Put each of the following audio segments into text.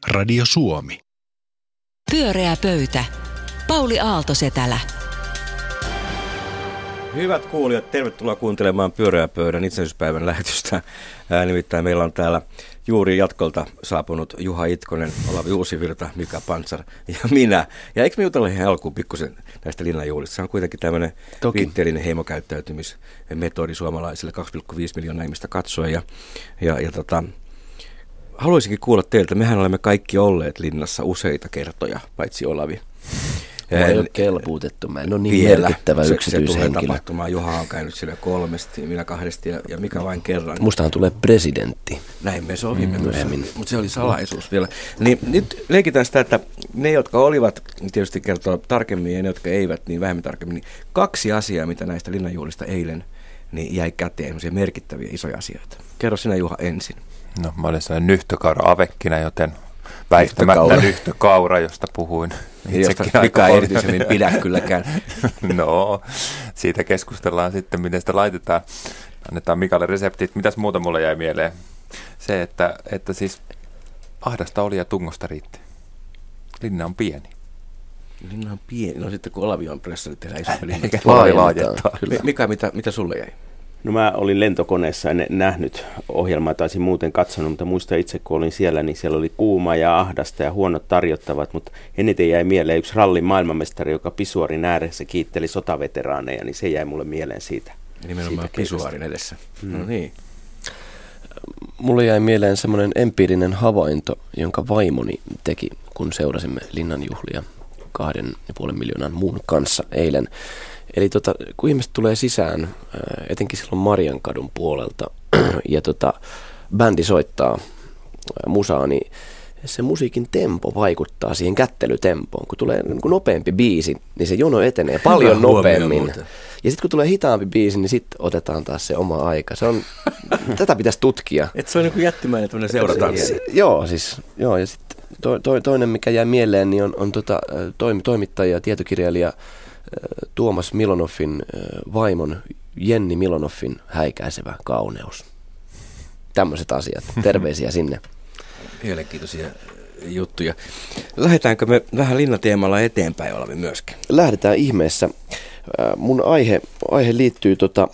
Radio Suomi. Pyöreä pöytä. Pauli Aalto-Setälä. Hyvät kuulijat, tervetuloa kuuntelemaan Pyöreä pöydän itsenäisyyspäivän lähetystä. Nimittäin meillä on täällä juuri jatkolta saapunut Juha Itkonen, Olavi Uusivirta, Mika Pantsar ja minä. Ja eikö me jutella ihan alkuun pikkusen näistä linnanjuhlista? Se on kuitenkin tämmöinen viitteellinen heimokäyttäytymismetodi suomalaisille, 2,5 miljoonaa ihmistä katsoa. Haluaisinkin kuulla teiltä, mehän olemme kaikki olleet linnassa useita kertoja, paitsi Olavi. Ei ole kelpuutettu, mä en ole niin merkittävä yksityishenkilö. Se tulee tapahtumaan, Juha on käynyt siellä 3, minä 2 ja Mika vain kerran. Mustahan tulee presidentti. Näin me sovimme, mutta se oli salaisuus vielä. Niin, nyt leikitään sitä, että ne, jotka olivat, tietysti kertoo tarkemmin ja ne, jotka eivät, niin vähemmän tarkemmin. Niin 2 asiaa, mitä näistä linnanjuhlista eilen niin jäi käteen, merkittäviä isoja asioita. Kerro sinä, Juha, ensin. No, mä olin sellainen nyhtökaura-avekkina, joten väistämättä nyhtökaura, josta puhuin itsekin Mika ei erityisemmin pidä kylläkään. No, siitä keskustellaan sitten, miten sitä laitetaan. Annetaan Mikalle reseptit. Mitäs muuta mulle jäi mieleen? Se, että siis ahdasta oli ja tungosta riitti. Linna on pieni. Linna on pieni. No sitten kun Olavi on pressari, tehdään isompi linna. Laajentaa. Mika, mitä sulle jäi? No mä olin lentokoneessa, en nähnyt ohjelmaa, taisin muuten katsonut, mutta muistan itse kun olin siellä, niin siellä oli kuuma ja ahdasta ja huonot tarjottavat, mutta eniten jäi mieleen yksi rallin maailmanmestari, joka pisuarin ääressä kiitteli sotaveteraaneja, niin se jäi mulle mieleen siitä. Nimenomaan pisuarin edessä. No niin. Mulle jäi mieleen semmoinen empiirinen havainto, jonka vaimoni teki, kun seurasimme linnanjuhlia 2,5 miljoonan muun kanssa eilen. Eli kun ihmiset tulee sisään, etenkin silloin Mariankadun puolelta, ja bändi soittaa musaa, niin se musiikin tempo vaikuttaa siihen kättelytempoon. Kun tulee nopeampi biisi, niin se jono etenee paljon nopeammin. Ja sitten kun tulee hitaampi biisi, niin sitten otetaan taas se oma aika. Tätä pitäisi tutkia. Että se on niin kuin jättimäinen tämmöinen seuratanssi. Joo, ja sitten toinen, mikä jäi mieleen, niin on toimittaja ja tietokirjailija Tuomas Milonoffin vaimon Jenni Milonoffin häikäisevä kauneus. Tämmöiset asiat. Terveisiä sinne. Mielenkiintoisia juttuja. Lähdetäänkö me vähän linnateemalla eteenpäin, Olavi, myöskin? Lähdetään ihmeessä. Mun aihe liittyy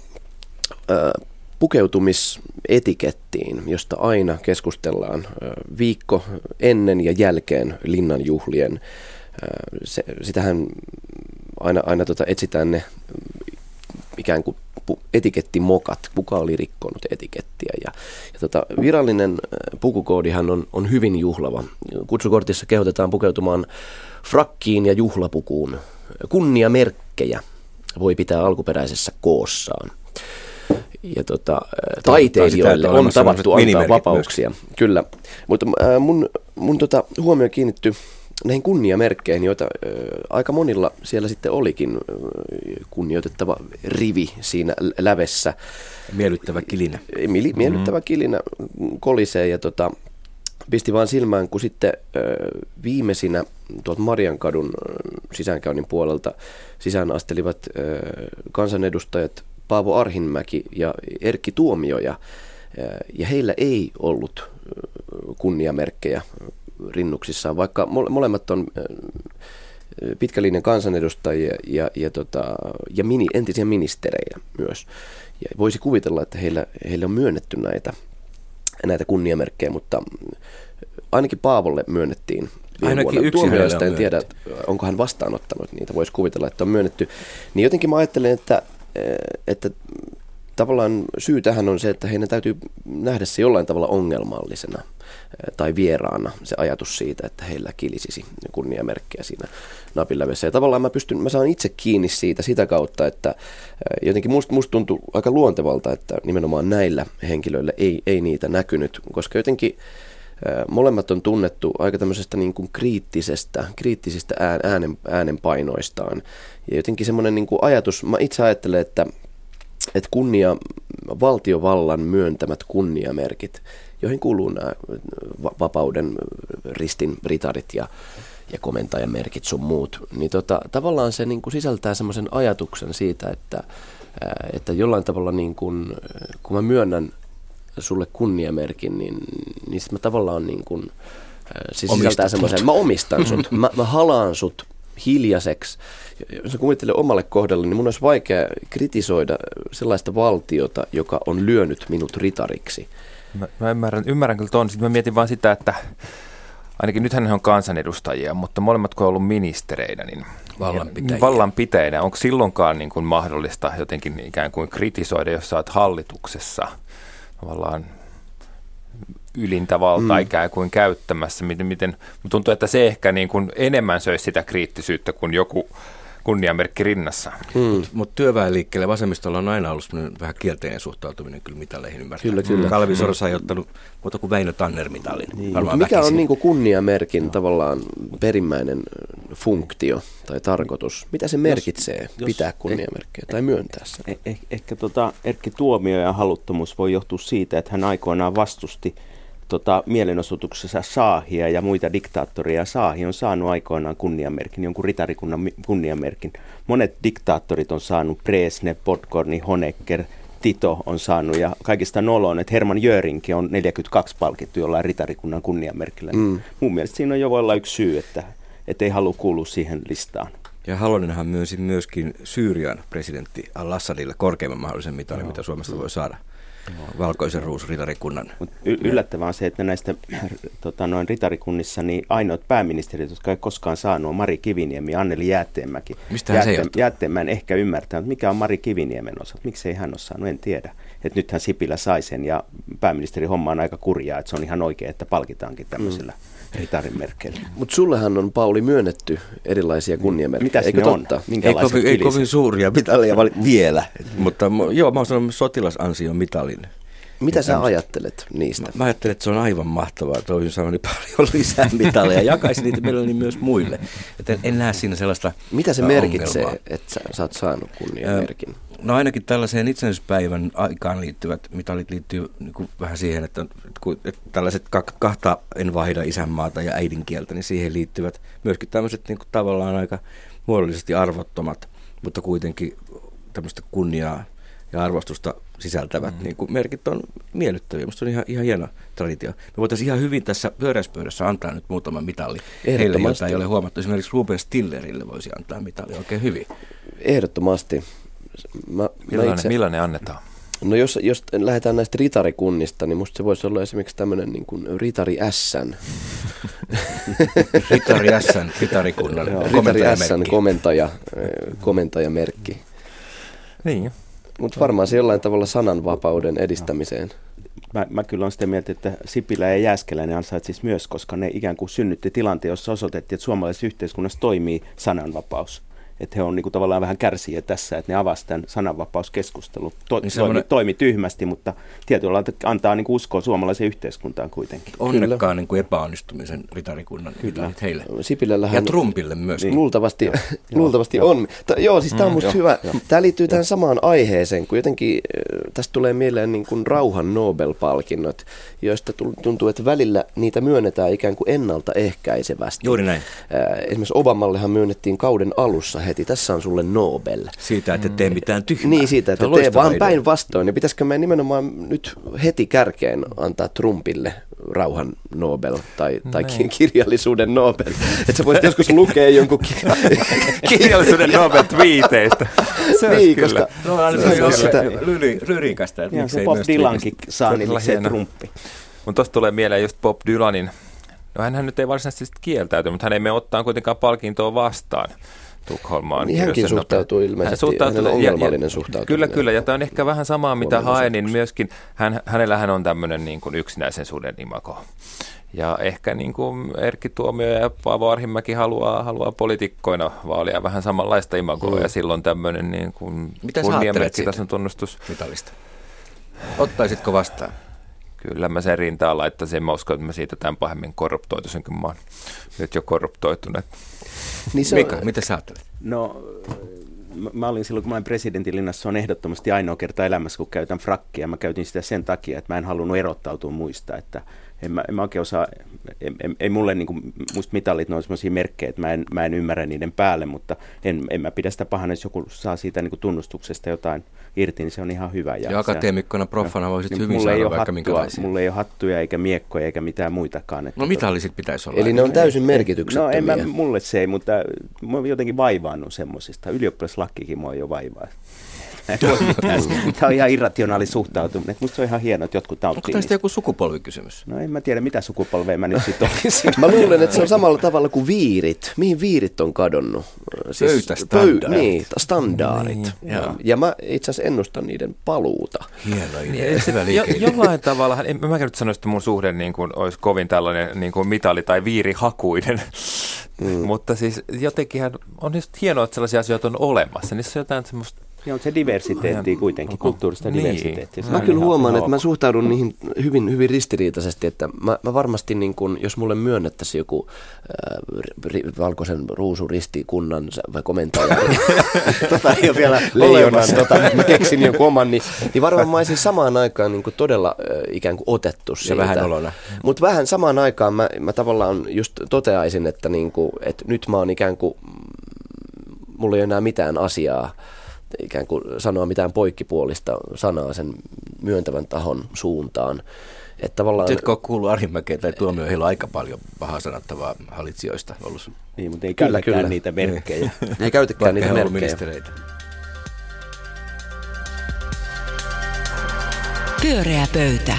pukeutumisetikettiin, josta aina keskustellaan viikko ennen ja jälkeen linnanjuhlien. Sitähän aina etsitään ne ikään kuin etikettimokat, kuka oli rikkonut etikettiä. Ja virallinen pukukoodihan on hyvin juhlava. Kutsukortissa kehotetaan pukeutumaan frakkiin ja juhlapukuun. Kunniamerkkejä voi pitää alkuperäisessä koossaan. Ja taiteilijoille on tavattu antaa vapauksia. Kyllä, mutta mun huomio kiinnittyy näihin kunniamerkkeihin, joita aika monilla siellä sitten olikin kunnioitettava rivi siinä lävessä. Miellyttävä kilinä. Miellyttävä kilinä kolisee ja pisti vaan silmään, kun sitten viimeisinä tuolta Mariankadun sisäänkäynnin puolelta sisään astelivat kansanedustajat Paavo Arhinmäki ja Erkki Tuomioja, ja heillä ei ollut kunniamerkkejä rinnuksissaan, vaikka molemmat on pitkälinjan kansanedustajia ja entisiä ministerejä myös. Ja voisi kuvitella, että heille on myönnetty näitä kunniamerkkejä, mutta ainakin Paavolle myönnettiin. Ainakin yksi Tuomioista en tiedä, onko hän vastaanottanut niitä. Voisi kuvitella, että on myönnetty. Niin jotenkin mä ajattelen, että tavallaan syy tähän on se, että heidän täytyy nähdä se jollain tavalla ongelmallisena tai vieraana se ajatus siitä, että heillä kilisisi kunniamerkkejä siinä napinlävessä. Ja tavallaan mä saan itse kiinni siitä sitä kautta, että jotenkin musta tuntuu aika luontevalta, että nimenomaan näillä henkilöillä ei niitä näkynyt, koska jotenkin molemmat on tunnettu aika tämmöisestä niin kuin kriittisistä äänenpainoistaan. Ja jotenkin semmoinen niin kuin ajatus, mä itse ajattelen, että valtiovallan myöntämät kunniamerkit, joihin kuuluu nämä vapauden ristin ritarit ja komentajamerkit sun muut, niin tavallaan se niin kuin sisältää semmoisen ajatuksen siitä, että jollain tavalla niin kuin, kun mä myönnän sulle kunniamerkin, niin sit mä tavallaan niin kuin Siis sisältää semmoisen, mä omistan sut, mä halaan sut hiljaiseksi. Jos mä kuvittelen omalle kohdalle, niin mun olisi vaikea kritisoida sellaista valtiota, joka on lyönyt minut ritariksi. Mä ymmärrän kyllä ton. Sitten mä mietin vaan sitä, että ainakin nythän he on kansanedustajia, mutta molemmat kun on ollut ministereinä, niin vallanpitäjinä. Onko silloinkaan niin kuin mahdollista jotenkin ikään kuin kritisoida, jos sä oot hallituksessa tavallaan ylintä valtaa ikään kuin käyttämässä? Miten tuntuu, että se ehkä niin kuin enemmän söisi sitä kriittisyyttä kuin joku kunniamerkki rinnassa. Mutta työväenliikkeelle vasemmistolla on aina ollut vähän kielteinen suhtautuminen kyllä mitaleihin ymmärtää. Kyllä. Kalvi Sorsa ei ottanut muuta kuin Väinö Tanner-mitalin. Niin. Mikä on niin kuin kunniamerkin tavallaan perimmäinen funktio tai tarkoitus? Mitä se merkitsee pitää kunniamerkkiä tai myöntää sen? Ehkä Erkki Tuomiojan haluttomuus voi johtua siitä, että hän aikoinaan vastusti mielenosoituksessa Shaahia ja muita diktaattoreja. Shaahi on saanut aikoinaan kunniamerkin, jonkun ritarikunnan kunniamerkin. Monet diktaattorit on saanut, Brezhnev, Podgorny, Honecker, Tito on saanut ja kaikista noloon, että Hermann Göringkin on 42 palkittu jollain ritarikunnan kunniamerkillä. Mun mielestä siinä on jo voi olla yksi syy, että ei halua kuulua siihen listaan. Ja Halonenhan myönsi myöskin Syyrian presidentti al-Assadille korkeimman mahdollisen mitalin, mitä Suomesta voi saada. Valkoisen ruusuritarikunnan. Yllättävää on se, että näistä ritarikunnissa niin ainoat pääministerit, jotka ei koskaan saanut, on Mari Kiviniemi ja Anneli Jäätteenmäki. Mistähän se johtuu? Jäätteenmäen en ehkä ymmärtänyt, mikä on Mari Kiviniemen osa. Miksi ei hän ole saanut, en tiedä. Että nythän Sipilä sai sen ja pääministeri homma on aika kurjaa, että se on ihan oikein, että palkitaankin tämmöisellä ritarimerkeillä. Mutta sullehan on, Pauli, myönnetty erilaisia kunniamerkkejä. Mitäs ne on? Ei kovin suuria mitaleja vielä, mutta joo, mä oon sanonut sotilasansion mitalin. Mitä sä ajattelet niistä? Mä ajattelen, että se on aivan mahtavaa. Toisin sanoen paljon lisää mitaleja. Jakaisin niitä mielelläni myös muille. Et en näe siinä sellaista mitä se merkitsee, että sä oot saanut kunniamerkin? No ainakin tällaiseen itsenäisyyspäivän aikaan liittyvät mitalit liittyy niin vähän siihen, että tällaiset kahta en vahida isänmaata ja äidinkieltä, niin siihen liittyvät myöskin tämmöiset niin tavallaan aika muodollisesti arvottomat, mutta kuitenkin tämmöistä kunniaa ja arvostusta sisältävät niin kuin merkit on miellyttäviä. Minusta on ihan hieno traditio. Me voitaisiin ihan hyvin tässä pyöräispöydässä antaa nyt muutama mitalli. Heille, joita ei ole huomattu. Esimerkiksi Ruben Stillerille voisi antaa mitalli oikein hyvin. Ehdottomasti. Millainen annetaan? No jos lähdetään näistä ritarikunnista, niin musta se voisi olla esimerkiksi tämmöinen niin kuin Ritari Ässän. Ritari Ässän, ritarikunnan komentajamerkki. Niin. Mutta varmaan se jollain tavalla sananvapauden edistämiseen. Mä kyllä olen sitä mieltä, että Sipilä ja Jääskeläinen ansaitsisi myös, koska ne ikään kuin synnytti tilanteen, jossa osoitettiin, että suomalaisessa yhteiskunnassa toimii sananvapaus. Että he on niin tavallaan vähän kärsiä tässä, että ne avasivat tämän sananvapauskeskustelun. Toimi tyhmästi, mutta tietyllä lailla antaa niin uskoa suomalaiseen yhteiskuntaan kuitenkin. Onnekkaan niin epäonnistumisen ritarikunnan mitalit heille. Sipilällähän ja Trumpille myös. Niin. Luultavasti on. Joo, siis tämä on musta hyvä. Tämä liittyy tähän samaan aiheeseen, kun jotenkin tästä tulee mieleen niin kuin rauhan Nobel-palkinnot, joista tuntuu, että välillä niitä myönnetään ikään kuin ennaltaehkäisevästi. Juuri näin. Esimerkiksi Obamallehan myönnettiin kauden alussa heti. Tässä on sulle Nobel. Siitä, että tee mitään tyhmää. Niin, siitä, että tee vaan päinvastoin. Ja pitäisikö me nimenomaan nyt heti kärkeen antaa Trumpille rauhan Nobel tai kirjallisuuden Nobel. Että sä voisit joskus lukea jonkun kirjallisuuden Nobel-twiiteistä. Se niin, koska lyriikasta. Bob Dylankin saa, niin se Trumpi. Mutta tuosta tulee mieleen just Bob Dylanin. No hänhän nyt ei varsinaisesti kieltäyty, mutta hän ei mene ottaa kuitenkaan palkintoa vastaan Tukholmaan. Niin hänkin suhtautuu ilmeisesti, hänellä ongelmallinen suhtautuminen. Kyllä, ja tämä on ehkä vähän samaa, mitä haen, niin myöskin hänellähän on tämmöinen niin kuin yksinäisen suden imago. Ja ehkä niin kuin Erkki Tuomio ja Paavo Arhimäki haluaa poliitikkoina vaalia vähän samanlaista imagoa, ja silloin tämmöinen niin kuin kunniamerkkitason tunnustus. Mitalista? Ottaisitko vastaan? Kyllä mä sen rintaan laittaisin. Mä uskon, että mä siitä tämän pahemmin korruptoituisin, kun mä oon nyt jo korruptoitunut. Niin Mika, mitä sä ajattelet? No, mä olin silloin, kun mä olin presidentinlinnassa, se on ehdottomasti ainoa kerta elämässä, kun käytän frakkia. Mä käytin sitä sen takia, että mä en halunnut erottautua muista, että en mä oikein osaa, ei mulle niin kuin, musta mitalit, ne on sellaisia merkkejä, että mä en ymmärrä niiden päälle, mutta en mä pidä sitä pahana, jos joku saa siitä niin kuin tunnustuksesta jotain irti, niin se on ihan hyvä. Ja akateemikkona, proffana voisit hyvin saada vaikka minkälaisia. Mulla ei ole hattuja eikä miekkoja eikä mitään muitakaan. No mitalliset pitäisi olla. Eli ne on täysin merkityksettömiä. No mulle se ei, mutta mä oon jotenkin vaivaannut semmosista. Ylioppilaslakkikin mua jo vaivaa. Tämä on ihan irrationaali suhtautuminen. Musta se on ihan hienoa, että jotkut nauttii. Onko tästä joku sukupolvikysymys? No en mä tiedä, mitä sukupolvea mä nyt sitten olisin. Mä luulen, että se on samalla tavalla kuin viirit. Mihin viirit on kadonnut? Pöytästandardit. Standardit. Niin, ja mä itse asiassa ennustan niiden paluuta. Hieno idea. Jollain tavalla, mä nyt sanoisin, että mun suhde niin kuin olisi kovin tällainen niin kuin mitali- tai viirihakuinen. Mutta siis jotenkinhan on hienoa, että sellaisia asioita on olemassa. Niissä on jotain semmoista. Ja on se diversiteetti kuitenkin, kulttuurista diversiteettiä. Mä kyllä huomaan, että mä suhtaudun niihin hyvin, hyvin ristiriitaisesti, että mä varmasti, niin kun, jos mulle myönnettäisiin joku valkoisen ruusuristikunnan vai komentaja, ei ole vielä leijonan, mä keksin joku oman, niin varmaan mä olisin samaan aikaan niin kuin todella ikään kuin otettu siitä. Ja vähän olona. Mutta vähän samaan aikaan mä tavallaan just toteaisin, että, niin kuin, että nyt mä oon ikään kuin, mulla ei ole enää mitään asiaa, ikään kuin sanoa mitään poikkipuolista sanaa sen myöntävän tahon suuntaan. Että tavallaan. Etkö ole kuullut Arhimäkeen tai Tuomiohilla aika paljon pahaa sanottavaa hallitsijoista ollut? Niin, mutta ei käytäkään niitä merkkejä. Ei käytäkään niitä merkkejä. Ministereitä. Pyöreä pöytä.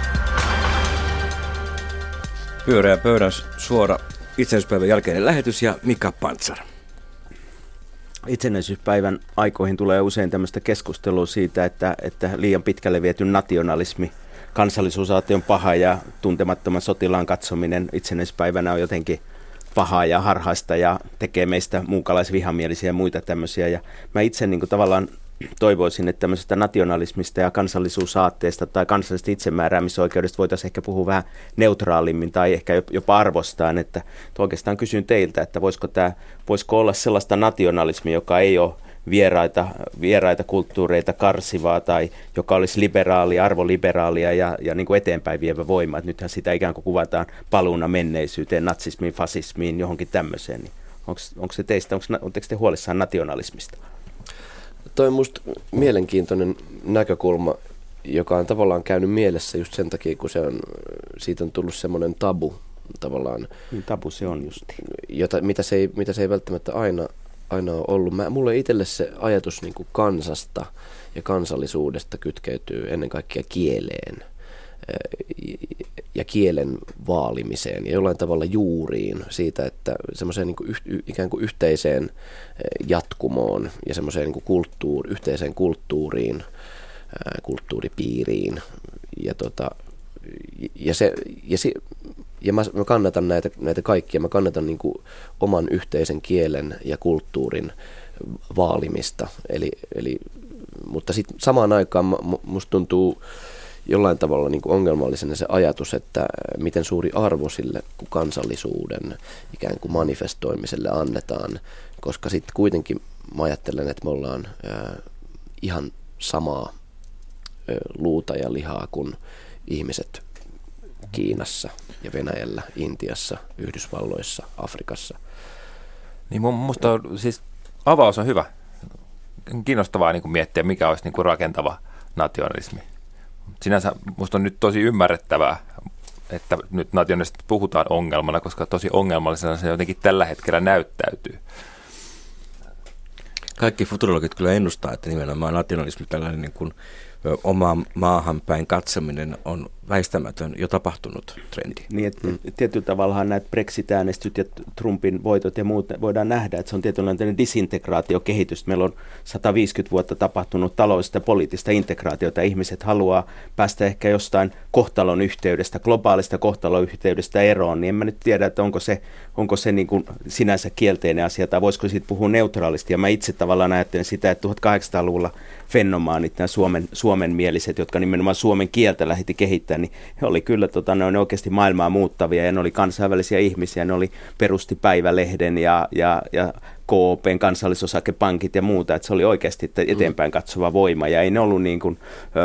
Pyöreä pöydän suora itsenäisyyspäivän jälkeinen lähetys ja Mika Pantsar. Itsenäisyyspäivän aikoihin tulee usein tämmöistä keskustelua siitä, että liian pitkälle viety nationalismi, kansallisuusaate on paha ja tuntemattoman sotilaan katsominen itsenäisyyspäivänä on jotenkin pahaa ja harhaista ja tekee meistä muukalaisvihamielisiä ja muita tämmöisiä. Ja mä itse niin kuin tavallaan toivoisin, että tämmöisestä nationalismista ja kansallisuusaatteesta tai kansallisesta itsemääräämisoikeudesta voitaisiin ehkä puhua vähän neutraalimmin tai ehkä jopa arvostaan. Että oikeastaan kysyn teiltä, että voisiko olla sellaista nationalismia, joka ei ole vieraita kulttuureita karsivaa tai joka olisi liberaalia, arvoliberaalia ja niin kuin eteenpäin vievä voima. Että nythän sitä ikään kuin kuvataan paluuna menneisyyteen, natsismiin, fasismiin, johonkin tämmöiseen. Niin onko se teistä, oletteko te huolissaan nationalismista? Toi on musta mielenkiintoinen näkökulma, joka on tavallaan käynyt mielessä just sen takia, kun siitä on tullut semmoinen tabu tavallaan. Niin tabu se on just. Mitä se ei välttämättä aina ole ollut. Mulle itselle se ajatus niin kuin kansasta ja kansallisuudesta kytkeytyy ennen kaikkea kieleen ja kielen vaalimiseen ja jollain tavalla juuriin siitä, että semmoiseen niin kuin ikään kuin yhteiseen jatkumoon ja semmoiseen niin kuin yhteiseen kulttuuriin, kulttuuripiiriin ja mä kannatan näitä kaikkia. Mä kannatan niin kuin oman yhteisen kielen ja kulttuurin vaalimista. Mutta sitten samaan aikaan musta tuntuu jollain tavalla niin kuin ongelmallisena se ajatus, että miten suuri arvo sille kansallisuuden ikään kuin manifestoimiselle annetaan, koska sitten kuitenkin mä ajattelen, että me ollaan ihan samaa luuta ja lihaa kuin ihmiset Kiinassa ja Venäjällä, Intiassa, Yhdysvalloissa, Afrikassa. Niin musta siis avaus on hyvä. Kiinnostavaa niin kuin miettiä, mikä olisi niin kuin rakentava nationalismi. Sinänsä musta on nyt tosi ymmärrettävää, että nyt nationalismista puhutaan ongelmana, koska tosi ongelmallisena se jotenkin tällä hetkellä näyttäytyy. Kaikki futurologit kyllä ennustaa, että nimenomaan nationalismi, tällainen niin kuin omaan maahan päin katsominen on väistämätön jo tapahtunut trendi. Niin, että tietyllä tavallahan näitä Brexit-äänestyt ja Trumpin voitot ja muut voidaan nähdä, että se on tietynlainen disintegraatiokehitys. Meillä on 150 vuotta tapahtunut taloudellista ja poliittista integraatiota. Ihmiset haluaa päästä ehkä jostain kohtalon yhteydestä, globaalista kohtalon yhteydestä eroon, niin en mä nyt tiedä, että onko se niin kuin sinänsä kielteinen asia tai voisiko siitä puhua neutraalisti. Ja mä itse tavallaan ajattelen sitä, että 1800-luvulla fenomaanit, nämä suomenmieliset, jotka nimenomaan suomen kieltä lähti kehittämään, niin he oli kyllä ne on oikeasti maailmaa muuttavia ja ne oli kansainvälisiä ihmisiä, ne perusti Päivälehden ja KOP:n kansallisosakepankit ja muuta, että se oli oikeasti eteenpäin katsova voima ja ei ne ollut niin kuin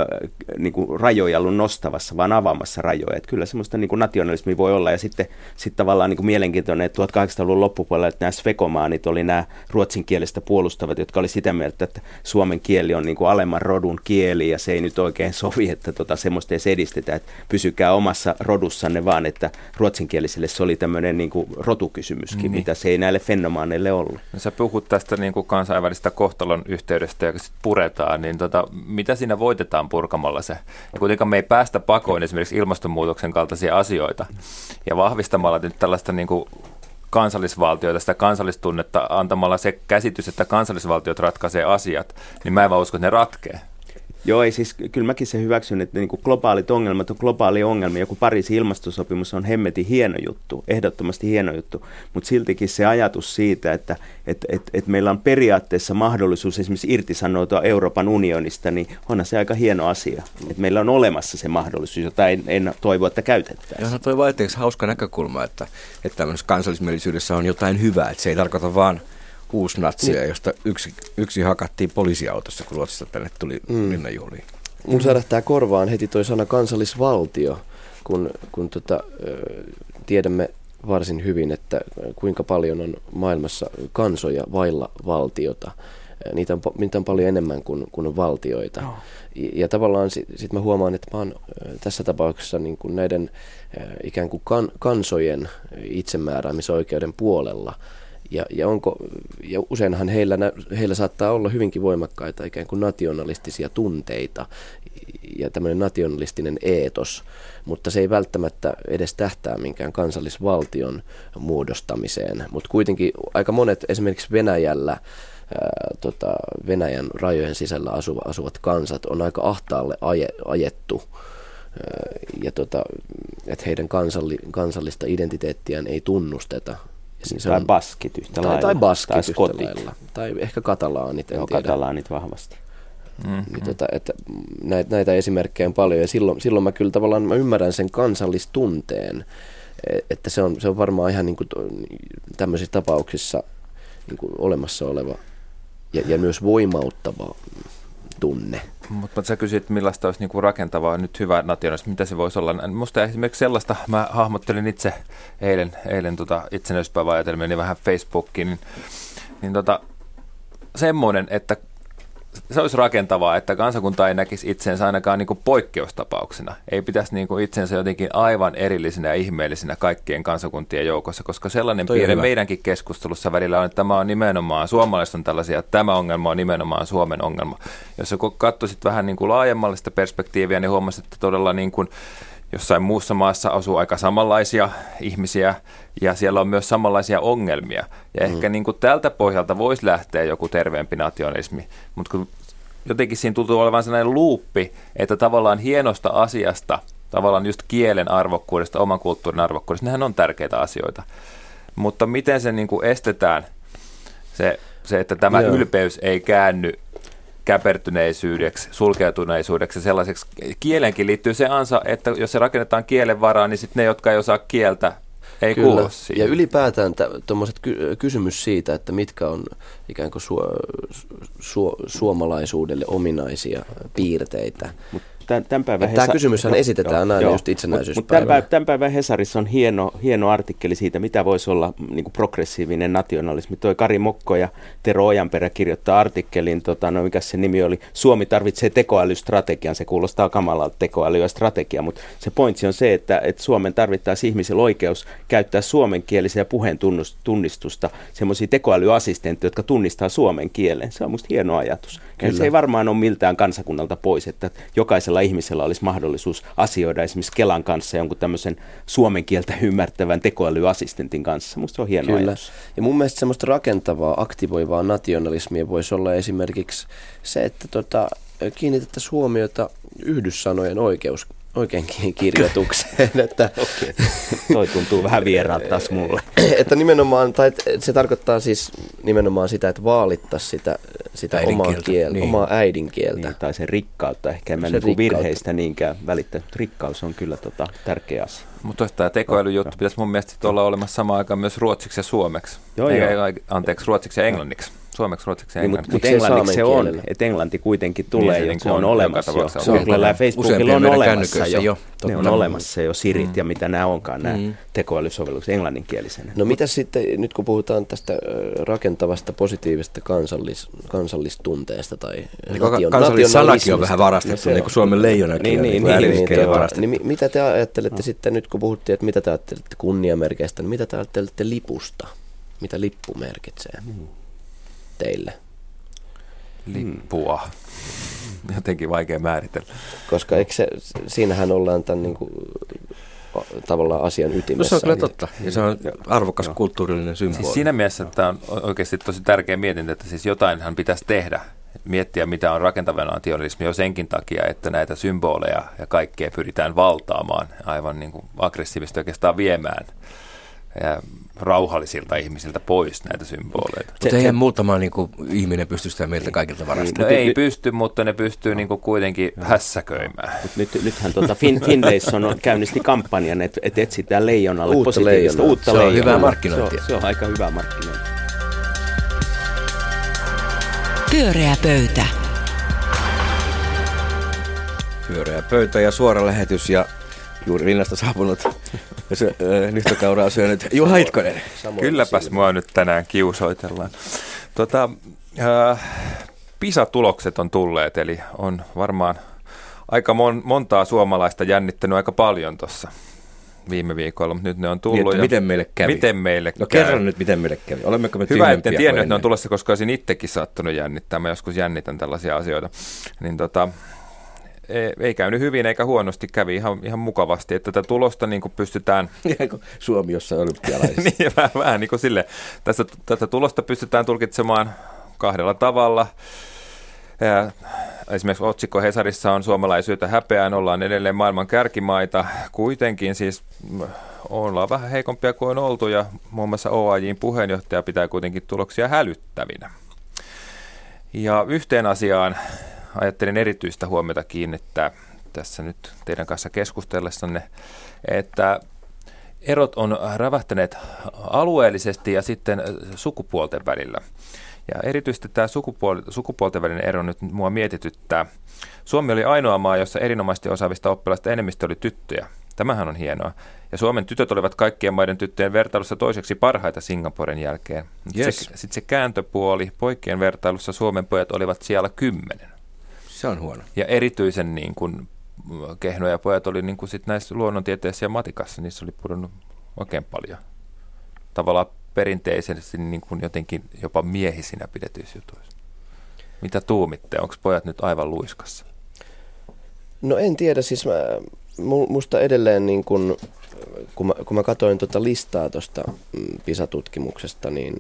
rajoja ollut nostavassa, vaan avaamassa rajoja. Että kyllä semmoista niin kuin nationalismia voi olla ja sitten tavallaan niin kuin mielenkiintoinen, että 1800-luvun loppupuolella, että nämä svekomaanit oli nämä ruotsinkielistä puolustavat, jotka oli sitä mieltä, että suomen kieli on niin kuin alemman rodun kieli ja se ei nyt oikein sovi, että semmoista edes edistetään, että pysykää omassa rodussanne vaan, että ruotsinkielisille se oli tämmöinen niin kuin rotukysymyskin, mitä se ei näille fenomaaneille ollut. No, sä puhut tästä niin kuin kansainvälistä kohtalon yhteydestä, joka sitten puretaan, niin mitä siinä voitetaan purkamalla se? Ja kuitenkaan me ei päästä pakoon esimerkiksi ilmastonmuutoksen kaltaisia asioita ja vahvistamalla nyt tällaista niin kuin kansallisvaltioita, sitä kansallistunnetta, antamalla se käsitys, että kansallisvaltiot ratkaisee asiat, niin mä en vaan usko, että ne ratkee. Joo, ei siis, kyllä mäkin se hyväksyn, että niin kuin globaalit ongelmat on globaali ongelma. Joku Pariisin ilmastosopimus on hemmetin hieno juttu, ehdottomasti hieno juttu, mutta siltikin se ajatus siitä, että meillä on periaatteessa mahdollisuus esimerkiksi irtisanoutua Euroopan unionista, niin onhan se aika hieno asia. Että meillä on olemassa se mahdollisuus, jota en toivo, että käytettäisiin. Joo, toi vaihteeksi hauska näkökulma, että tämmöisessä kansallismielisyydessä on jotain hyvää, että se ei tarkoita vaan uusnatsia, josta yksi hakattiin poliisiautossa, kun Ruotsista tänne tuli linnanjuhliin. Mun särähtää korvaan heti toi sana kansallisvaltio, kun tiedämme varsin hyvin, että kuinka paljon on maailmassa kansoja vailla valtiota. Niitä on paljon enemmän kuin on valtioita. No. Ja tavallaan sit mä huomaan, että mä oon tässä tapauksessa niin kuin näiden ikään kuin kansojen itsemääräämisoikeuden puolella. Ja useinhan heillä saattaa olla hyvinkin voimakkaita ikään kuin nationalistisia tunteita ja tämmöinen nationalistinen eetos, mutta se ei välttämättä edes tähtää minkään kansallisvaltion muodostamiseen. Mutta kuitenkin aika monet esimerkiksi Venäjällä, Venäjän rajojen sisällä asuvat kansat on aika ahtaalle ajettu. Ja että heidän kansallista identiteettiään ei tunnusteta. Tai baskit yhtä lailla. Tai baskit yhtä lailla. Tai ehkä katalaanit, en tiedä. Katalaanit vahvasti. Niin että näitä esimerkkejä on paljon ja silloin mä kyllä tavallaan mä ymmärrän sen kansallistunteen, että se on varmaan ihan niin kuin tämmöisissä tapauksissa niin kuin olemassa oleva ja myös voimauttava tunne. Mutta sä kysyt, millaista olisi niinku rakentavaa nyt hyvä nationalismi, mitä se voisi olla. Musta esimerkiksi sellaista, mä hahmottelin itse eilen itsenäisyyspäivän ajatelmieni vähän Facebookiin, niin semmoinen, että se olisi rakentavaa, että kansakunta ei näkisi itsensä ainakaan niinku poikkeustapauksena. Ei pitäisi niinku itsensä jotenkin aivan erillisenä ja ihmeellisenä kaikkien kansakuntien joukossa, koska sellainen piirre meidänkin keskustelussa välillä on, että tämä on nimenomaan, suomalaiset on tällaisia, että tämä ongelma on nimenomaan Suomen ongelma. Jos katsoisit vähän niinku laajemmalle sitä perspektiiviä, niin huomasit, että todella niin kuin jossain muussa maassa asuu aika samanlaisia ihmisiä ja siellä on myös samanlaisia ongelmia. Ja ehkä niin kuin tältä pohjalta voisi lähteä joku terveempi nationalismi, mutta kun jotenkin siinä tuntuu olevan sellainen luuppi, että tavallaan hienosta asiasta, tavallaan just kielen arvokkuudesta, oman kulttuurin arvokkuudesta, nehän on tärkeitä asioita. Mutta miten se niin kuin estetään, se, että tämä ylpeys ei käänny käpertyneisyydeksi, sulkeutuneisuudeksi ja sellaiseksi. Kielenkin liittyy se ansa, että jos se rakennetaan kielen varaan, niin sitten ne, jotka ei osaa kieltä, ei kuulu siihen. Ja ylipäätään tuommoiset kysymys siitä, että mitkä on ikään kuin suomalaisuudelle ominaisia piirteitä. Tämä kysymyshän esitetään aina just itsenäisyyspäivänä. Tämän päivän Hesarissa on hieno artikkeli siitä, mitä voisi olla niin kuin progressiivinen nationalismi. Toi Kari Mokko ja Tero Ojanperä kirjoittaa artikkelin, mikä se nimi oli, Suomi tarvitsee tekoälystrategian. Se kuulostaa kamalalta tekoäly ja strategia, mutta se pointsi on se, että Suomen tarvittaisiin ihmisillä oikeus käyttää suomenkielisiä ja puheen tunnistusta, semmoisia tekoälyassistentteja, jotka tunnistaa suomen kielen. Se on musta hieno ajatus. Se ei varmaan ole miltään kansakunnalta pois, että jokaisella ihmisellä olisi mahdollisuus asioida esimerkiksi Kelan kanssa jonkun tämmöisen suomen kieltä ymmärtävän tekoälyassistentin kanssa. Musta se on hieno ajatus. Ja mun mielestä semmoista rakentavaa, aktivoivaa nationalismia voisi olla esimerkiksi se, että kiinnitettäisiin huomiota yhdyssanojen oikein kirjoitukseen. Että toi tuntuu vähän vieraalta taas mulle. Että nimenomaan, tai se tarkoittaa siis nimenomaan sitä, että vaalittaisiin sitä sitä omaa äidinkieltä. Niin, tai sen rikkautta. Ehkä en mä niin virheistä niinkään välittä. Rikkaus on kyllä tärkeä asia. Mutta tämä tekoälyjuttu pitäisi mun mielestä olla olemassa samaan aikaan myös ruotsiksi ja suomeksi. Ruotsiksi ja englanniksi. Suomeksi, ruotsiksi ja englanniksi. Mutta englanniksi se on, että englanti kuitenkin tulee, niin se on olemassa jo. Googlella ja Facebookilla on olemassa jo. Ne on olemassa jo Sirit ja mitä nämä onkaan, nämä tekoälysovellukset englanninkielisenä. No mitä sitten, nyt kun puhutaan tästä rakentavasta positiivisesta kansallistunteesta tai kansallissanakin on vähän varastettu, niin kuin Suomen leijonakin on varastettu. Niin mitä te ajattelette sitten, nyt kun puhuttiin, että mitä te ajattelette kunniamerkeistä, niin mitä te ajattelette lipusta? Mitä lippu merkitsee teille? Lippua. Jotenkin vaikea määritellä. Koska siinähän ollaan tämän niin kuin, tavallaan asian ytimessä. No se on kyllä totta. Ja se on arvokas kulttuurillinen symboli. Siis siinä mielessä tämä on oikeasti tosi tärkeä mietintä, että siis jotainhan pitäisi tehdä. Miettiä, mitä on rakentava nationalismi jo senkin takia, että näitä symboleja ja kaikkea pyritään valtaamaan aivan niin kuin aggressiivisesti oikeastaan viemään ja rauhallisilta ihmisiltä pois näitä symboleita. Mutta eihän muutama niin kuin ihminen pysty sitä meiltä kaikilta varastamaan. No ei pysty, mutta ne pystyy niin kuin kuitenkin hässäköimään. Nythän Finlayson käynnisti kampanjan, että etsitään leijonalle uutta leijonaa. Se on hyvää markkinointia. Se on aika hyvää markkinointia. Pyöreä pöytä. Pyöreä pöytä ja suora lähetys ja juuri linnasta saapunut nyhtökauraa syönyt Juha Itkonen. Kylläpäs mua nyt tänään kiusoitellaan. PISA-tulokset on tulleet, eli on varmaan aika montaa suomalaista jännittänyt aika paljon tuossa viime viikolla, mutta nyt ne on tullut. Niin, miten meille kävi? No kerran nyt, miten meille kävi. Olemmeko me hyvä, etten tiennyt, että ne on tulossa, koska olisin itsekin saattanut jännittää. Mä joskus jännitän tällaisia asioita. Niin ei käynyt hyvin eikä huonosti, kävi ihan mukavasti, että tätä tulosta niin kuin pystytään... Suomi jossain olympialaisissa. Niin, vähän niin kuin silleen. Tätä tulosta pystytään tulkitsemaan kahdella tavalla. Esimerkiksi otsikko Hesarissa on suomalaisuutta häpeään, ollaan edelleen maailman kärkimaita. Kuitenkin siis ollaan vähän heikompia kuin on oltu ja muun muassa OAJ:n puheenjohtaja pitää kuitenkin tuloksia hälyttävinä. Ja yhteen asiaan ajattelin erityistä huomiota kiinnittää tässä nyt teidän kanssa keskustellessanne, että erot on rävähtäneet alueellisesti ja sitten sukupuolten välillä. Ja erityisesti tämä sukupuolten välinen ero nyt mua mietityttää. Suomi oli ainoa maa, jossa erinomaisesti osaavista oppilaista enemmistö oli tyttöjä. Tämähän on hienoa. Ja Suomen tytöt olivat kaikkien maiden tyttöjen vertailussa toiseksi parhaita Singaporen jälkeen. Yes. Sitten se kääntöpuoli, poikien vertailussa Suomen pojat olivat siellä 10. Se on huono. Ja erityisen niin kuin kehnoja pojat oli niin kuin sit näissä luonnontieteissä ja matikassa, niissä oli pudonnut oikein paljon. Tavallaan perinteisesti niin kuin jotenkin jopa miehisinä pidetyissä jutuissa. Mitä tuumitte? Onko pojat nyt aivan luiskassa? No en tiedä, siis musta edelleen niin kun mä katsoin tuota listaa tuosta PISA-tutkimuksesta, niin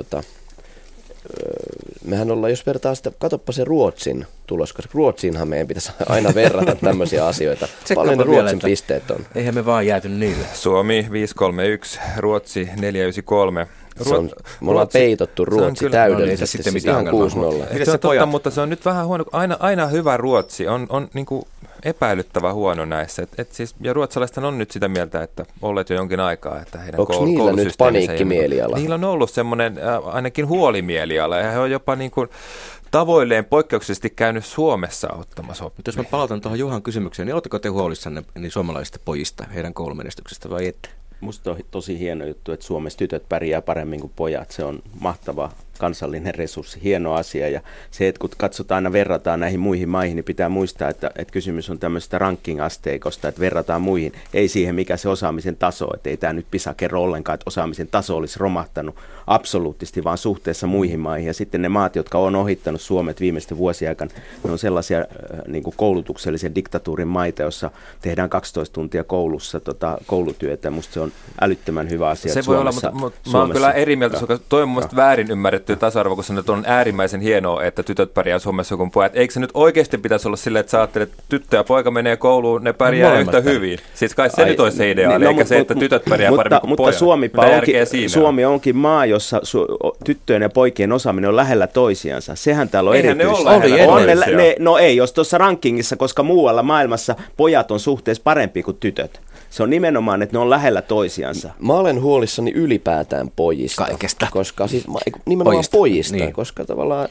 mehän ollaan, jos vertaa sitä, katsoppa se Ruotsin tulos, koska Ruotsiinhan meidän pitäisi aina verrata tämmöisiä asioita. Paljon ne Ruotsin pisteet on. Eihän me vaan jääty niille. Suomi 531, Ruotsi 493. Me ollaan peitottu Ruotsi täydellisesti, siis ihan 6-0. Se on totta, mutta se on nyt vähän huono. Aina hyvä Ruotsi on niin kuin epäilyttävän huono näissä. Ja ruotsalaiset on nyt sitä mieltä, että olleet jo jonkin aikaa, että heidän koulusysteemissä... Onko niillä nyt paniikkimieliala? Niillä on ollut semmoinen ainakin huolimieliala, ja he on jopa niin kuin tavoilleen poikkeuksellisesti käynyt Suomessa ottamassa oppia. Jos mä palautan tuohon Juhan kysymykseen, niin oletteko te huolissanne niin suomalaisista pojista, heidän koulumenestyksestä vai ette? Musta on tosi hieno juttu, että Suomessa tytöt pärjää paremmin kuin pojat. Se on mahtava kansallinen resurssi, hieno asia. Ja se, että kun katsotaan aina verrataan näihin muihin maihin, niin pitää muistaa, että kysymys on tämmöisestä ranking-asteikosta, että verrataan muihin, ei siihen mikä se osaamisen taso, että ei tämä nyt PISA kerro ollenkaan, että osaamisen taso olisi romahtanut absoluuttisesti, vaan suhteessa muihin maihin. Ja sitten ne maat, jotka on ohittanut Suomet viimeisten vuosien aikana, ne on sellaisia niin kuin koulutuksellisen diktatuurin maita, jossa tehdään 12 tuntia koulussa koulutyötä. Musta se on älyttömän hyvä asia. Se voi olla, mutta mä oon kyllä eri mieltä, koska toi on mun mielestä väärin ymmärretty saavutettu tasa-arvo, kun sanotaan, että on äärimmäisen hienoa, että tytöt pärjää Suomessa kuin pojat. Eikö se nyt oikeasti pitäisi olla silleen, että sä ajattelet, että tyttö ja poika menee kouluun, ne pärjää yhtä hyvin? Siis kai se nyt olisi se ideaali, eikä se, että tytöt pärjää paremmin kuin pojat. Mutta Suomi onkin maa, jossa tyttöjen ja poikien osaaminen on lähellä toisiansa. Sehän täällä on erityisesti. No ei, jos tuossa rankingissa, koska muualla maailmassa pojat on suhteessa parempi kuin tytöt. Se on nimenomaan, että ne on lähellä toisiansa. Mä olen huolissani ylipäätään pojista. Kaikesta. Koska siis nimenomaan pojista niin. Koska tavallaan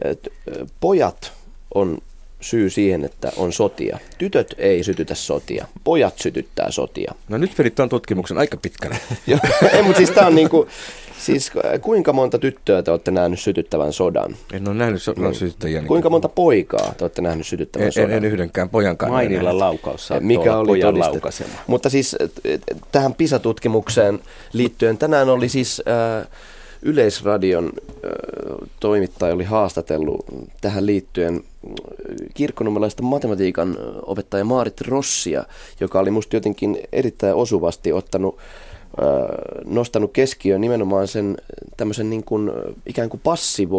pojat on syy siihen, että on sotia. Tytöt ei sytytä sotia, pojat sytyttää sotia. No nyt vedit tuon tutkimuksen aika pitkälle. Ei, mutta siis tää on niinku, siis kuinka monta tyttöä te olette nähnyt sytyttävän sodan? En ole nähnyt sodan sytyttäjiä. Kuinka monta poikaa te olette nähnyt sytyttävän sodan? En yhdenkään pojankaan. Mainilla laukaus mikä oli pojan laukasema. Mutta siis tähän PISA-tutkimukseen liittyen tänään oli siis Yleisradion toimittaja oli haastatellut tähän liittyen kirkkonummelaista matematiikan opettaja Maarit Rossia, joka oli musta jotenkin erittäin osuvasti nostanut keskiöön nimenomaan sen tämmöisen niin kuin ikään kuin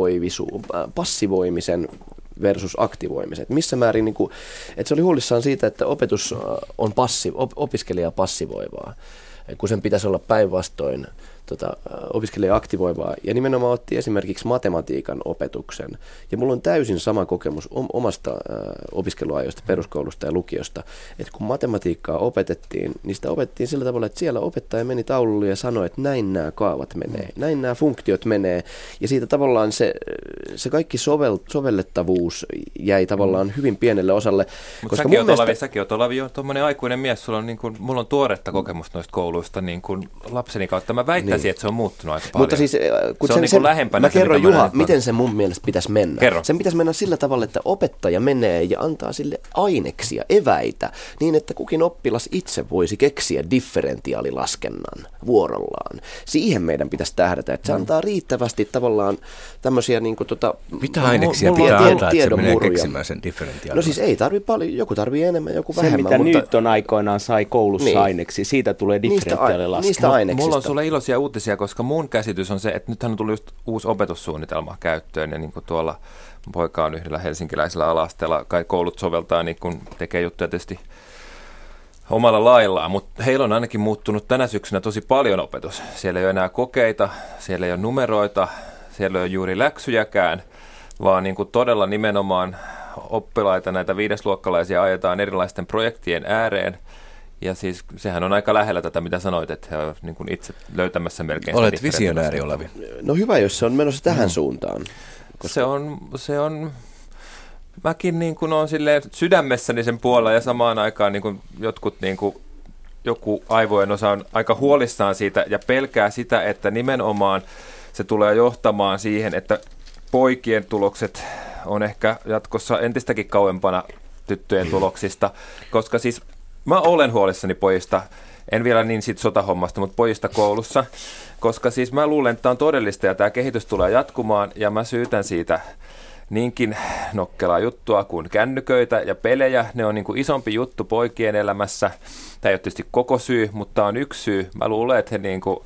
passivoimisen versus aktivoimisen. Et missä määrin, niin kuin, että se oli huolissaan siitä, että opetus on opiskelijaa passivoivaa, kun sen pitäisi olla päinvastoin opiskelija aktivoivaa, ja nimenomaan otti esimerkiksi matematiikan opetuksen. Ja mulla on täysin sama kokemus omasta opiskeluajoista, peruskoulusta ja lukiosta, että kun matematiikkaa opetettiin, niin sitä opetettiin sillä tavalla, että siellä opettaja meni taululle ja sanoi, että näin nämä kaavat menee, näin nämä funktiot menee, ja siitä tavallaan se kaikki sovellettavuus jäi tavallaan hyvin pienelle osalle. Mutta säkin oot Olavi jo tuommoinen aikuinen mies, mulla on tuoretta kokemusta noista kouluista niin kuin lapseni kautta. Mä väittäisin, että se on muuttunut aika paljon. Mutta siis, kun se mä kerron Juha, miten se mun mielestä pitäisi mennä. Kerro. Sen pitäisi mennä sillä tavalla, että opettaja menee ja antaa sille aineksia, eväitä, niin että kukin oppilas itse voisi keksiä differentiaalilaskennan vuorollaan. Siihen meidän pitäisi tähdätä, että se antaa riittävästi tavallaan tämmöisiä niin kuin mitä aineksia pitää antaa, että se menee keksimään sen differentiaalilaskennan? No siis ei tarvitse paljon, joku tarvitsee enemmän, joku vähemmän. Se, mitä Newton aikoinaan sai koulussa aineksi, siitä tulee differentiaalilaskennan. Niistä aineksista. Mulla on sulle iloisia uutisia, koska mun käsitys on se, että nythän on tullut just uusi opetussuunnitelma käyttöön, ja niin kuin tuolla poika on yhdellä helsinkiläisellä ala-asteella, kai koulut soveltaa, niin kun tekee juttuja tietysti omalla laillaan, mutta heillä on ainakin muuttunut tänä syksynä tosi paljon opetus. Siellä ei ole enää kokeita, siellä ei ole numeroita, siellä ei ole juuri läksyjäkään, vaan niin kuin todella nimenomaan oppilaita, näitä viidesluokkalaisia ajetaan erilaisten projektien ääreen. Ja siis sehän on aika lähellä tätä, mitä sanoit, että he ovat niin kuin itse löytämässä melkein. Olet visionääri, Olavi. No hyvä, jos se on menossa tähän suuntaan. Koska se on, mäkin niin kuin olen silleen sydämessäni sen puolella, ja samaan aikaan niin kuin jotkut niin kuin joku aivojen osa on aika huolissaan siitä ja pelkää sitä, että nimenomaan se tulee johtamaan siihen, että poikien tulokset on ehkä jatkossa entistäkin kauempana tyttöjen tuloksista, koska siis mä olen huolissani pojista, en vielä niin siitä sotahommasta, mutta pojista koulussa, koska siis mä luulen, että tämä on todellista ja tämä kehitys tulee jatkumaan, ja mä syytän siitä niinkin nokkelaa juttua kuin kännyköitä ja pelejä. Ne on niin kuin isompi juttu poikien elämässä. Tämä ei ole tietysti koko syy, mutta on yksi syy. Mä luulen, että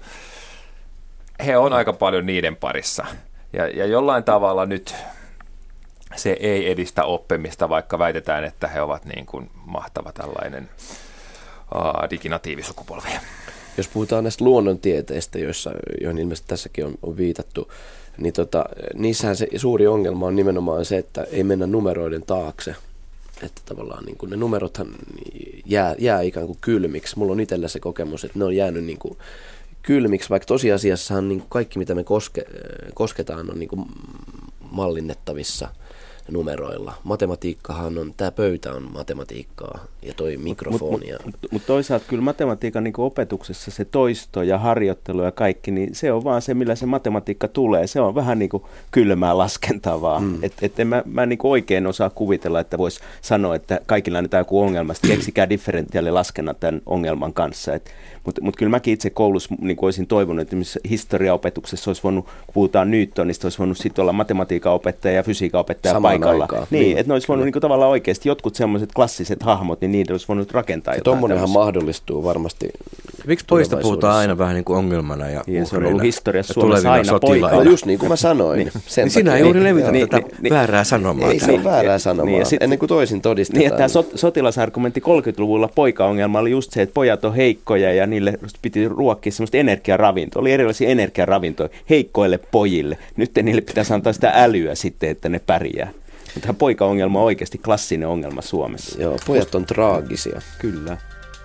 he on aika paljon niiden parissa. Ja jollain tavalla nyt se ei edistä oppimista, vaikka väitetään, että he ovat niin kuin mahtava tällainen diginatiivisukupolvi. Jos puhutaan näistä luonnontieteistä, joihin ilmeisesti tässäkin on viitattu, niin niissähän se suuri ongelma on nimenomaan se, että ei mennä numeroiden taakse. Että tavallaan niin kuin ne numerothan jää ikään kuin kylmiksi. Mulla on itsellä se kokemus, että ne on jäänyt niin kuin kylmiksi, vaikka tosiasiassahan niin kuin kaikki, mitä me kosketaan, on niin kuin mallinnettavissa numeroilla. Matematiikkahan on, tämä pöytä on matematiikkaa ja toi mikrofoni. Mutta toisaalta kyllä matematiikan niin opetuksessa se toisto ja harjoittelu ja kaikki, niin se on vaan se, millä se matematiikka tulee. Se on vähän niin kuin kylmää laskentaa vaan. Että mä niin kuin oikein osaa kuvitella, että voisi sanoa, että kaikilla on joku ongelma. Sitten keksikää differentiaalilaskennan tämän ongelman kanssa. Mutta kyllä mäkin itse koulussa niin olisin toivonut, että historiaopetuksessa olisi voinut, kun puhutaan Newtonista, olisi voinut sitten olla matematiikan opettaja ja fysiikan opettaja paikalla. Niin, että ne olisi voinut niin tavallaan oikeasti jotkut semmoiset klassiset hahmot, niin niitä olisi voinut rakentaa. Ja tommonenhan mahdollistuu varmasti Miksi pojista puhutaan aina vähän niin kuin ongelmana ja uhreina? Se on ollut historiassa ja Suomessa aina poika. No just niin kuin mä sanoin. Niin sinä juuri levität tätä väärää sanomaa. Ei se ole väärää sanomaa, ennen kuin toisin todistetaan. Niin, että tämä sotilasargumentti 30-luvulla poika-ongelma oli just se, että pojat on heikkoja ja niille piti ruokkia semmoista energiaravintoa. Oli erilaisia energiaravintoja heikkoille pojille. Nyt niille pitäisi antaa sitä älyä sitten, että ne pärjää. Mutta tämä poika-ongelma on oikeasti klassinen ongelma Suomessa. Joo, pojat on traagisia. Kyllä.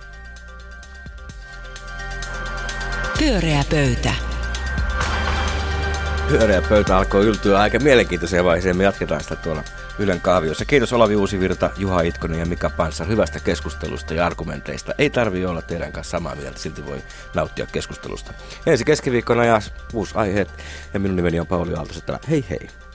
Pyöreä pöytä. Pyöreä pöytä alkoi yltyä aika mielenkiintoiseen vaiheeseen. Me jatketaan sitä tuolla Ylen kahviossa. Kiitos Olavi Uusivirta, Juha Itkonen ja Mika Pantsar hyvästä keskustelusta ja argumenteista. Ei tarvitse olla teidän kanssa samaa mieltä, silti voi nauttia keskustelusta. Ensi keskiviikkona ja uusi aihe. Ja minun nimeni on Pauli Aaltosetälä. Hei hei!